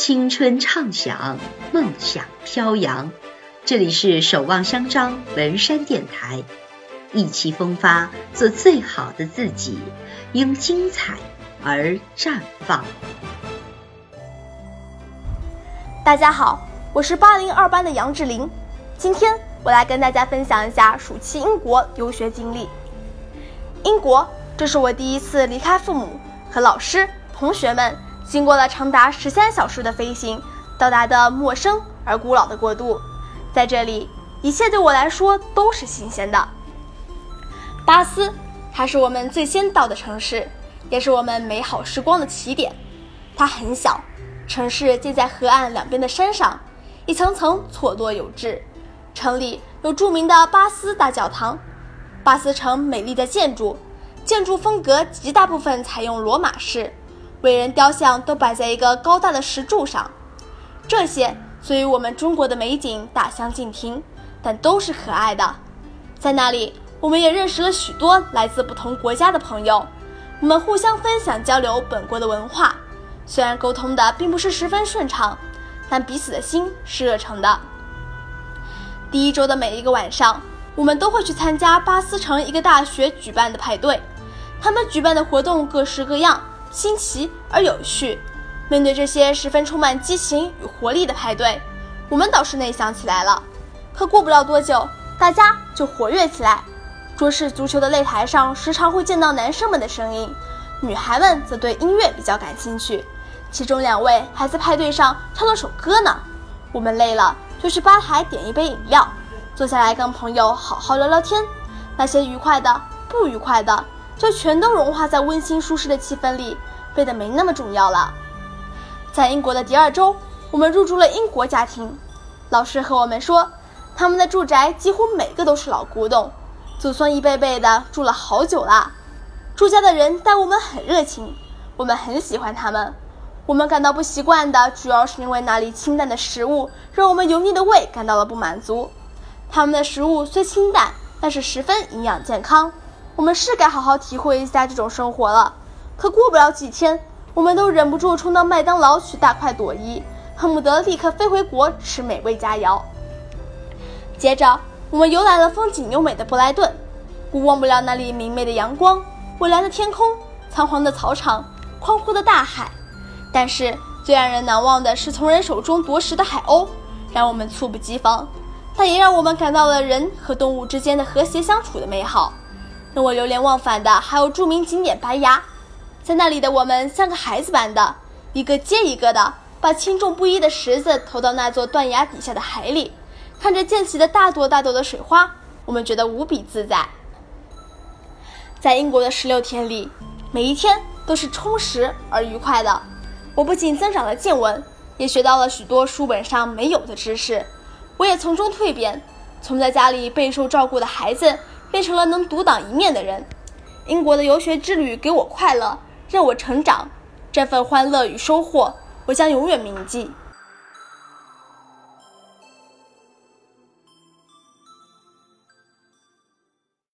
青春畅想，梦想飘扬。这里是守望相张文山电台，意气风发，做最好的自己，因精彩而绽放。 大家好，我是802班的杨志玲，今天我来跟大家分享一下暑期英国留学经历。英国，这是我第一次离开父母和老师、同学们，经过了长达13小时的飞行，到达的陌生而古老的国度。在这里，一切对我来说都是新鲜的。巴斯，它是我们最先到的城市，也是我们美好时光的起点。它很小，城市建在河岸两边的山上，一层层错落有致。城里有著名的巴斯大教堂。巴斯城美丽的建筑风格极大部分采用罗马式，伟人雕像都摆在一个高大的石柱上。这些虽与我们中国的美景大相径庭，但都是可爱的。在那里，我们也认识了许多来自不同国家的朋友，我们互相分享交流本国的文化，虽然沟通的并不是十分顺畅，但彼此的心是热诚的。第一周的每一个晚上，我们都会去参加巴斯城一个大学举办的派对，他们举办的活动各式各样，新奇而有趣。面对这些十分充满激情与活力的派对，我们倒是内向起来了。可过不了多久，大家就活跃起来。桌式足球的擂台上时常会见到男生们的身影，女孩们则对音乐比较感兴趣，其中2位还在派对上唱了首歌呢。我们累了就去吧台点一杯饮料，坐下来跟朋友好好聊聊天，那些愉快的不愉快的就全都融化在温馨舒适的气氛里，变得没那么重要了。在英国的第2周，我们入住了英国家庭。老师和我们说，他们的住宅几乎每个都是老古董，祖孙一辈辈的住了好久了。住家的人待我们很热情，我们很喜欢他们。我们感到不习惯的主要是因为那里清淡的食物让我们油腻的胃感到了不满足。他们的食物虽清淡，但是十分营养健康，我们是该好好体会一下这种生活了。可过不了几天，我们都忍不住冲到麦当劳取大快朵颐，恨不得立刻飞回国吃美味佳肴。接着我们游览了风景优美的布莱顿，我忘不了那里明媚的阳光，蔚蓝的天空，苍黄的草场，宽阔的大海。但是最让人难忘的是从人手中夺食的海鸥，让我们猝不及防，但也让我们感到了人和动物之间的和谐相处的美好。让我流连忘返的还有著名景点白崖，在那里的我们像个孩子般的一个接一个的把轻重不一的石子投到那座断崖底下的海里，看着溅起的大朵大朵的水花，我们觉得无比自在。在英国的16天里，每一天都是充实而愉快的。我不仅增长了见闻，也学到了许多书本上没有的知识。我也从中蜕变，从在家里备受照顾的孩子变成了能独当一面的人。英国的游学之旅给我快乐，让我成长，这份欢乐与收获我将永远铭记。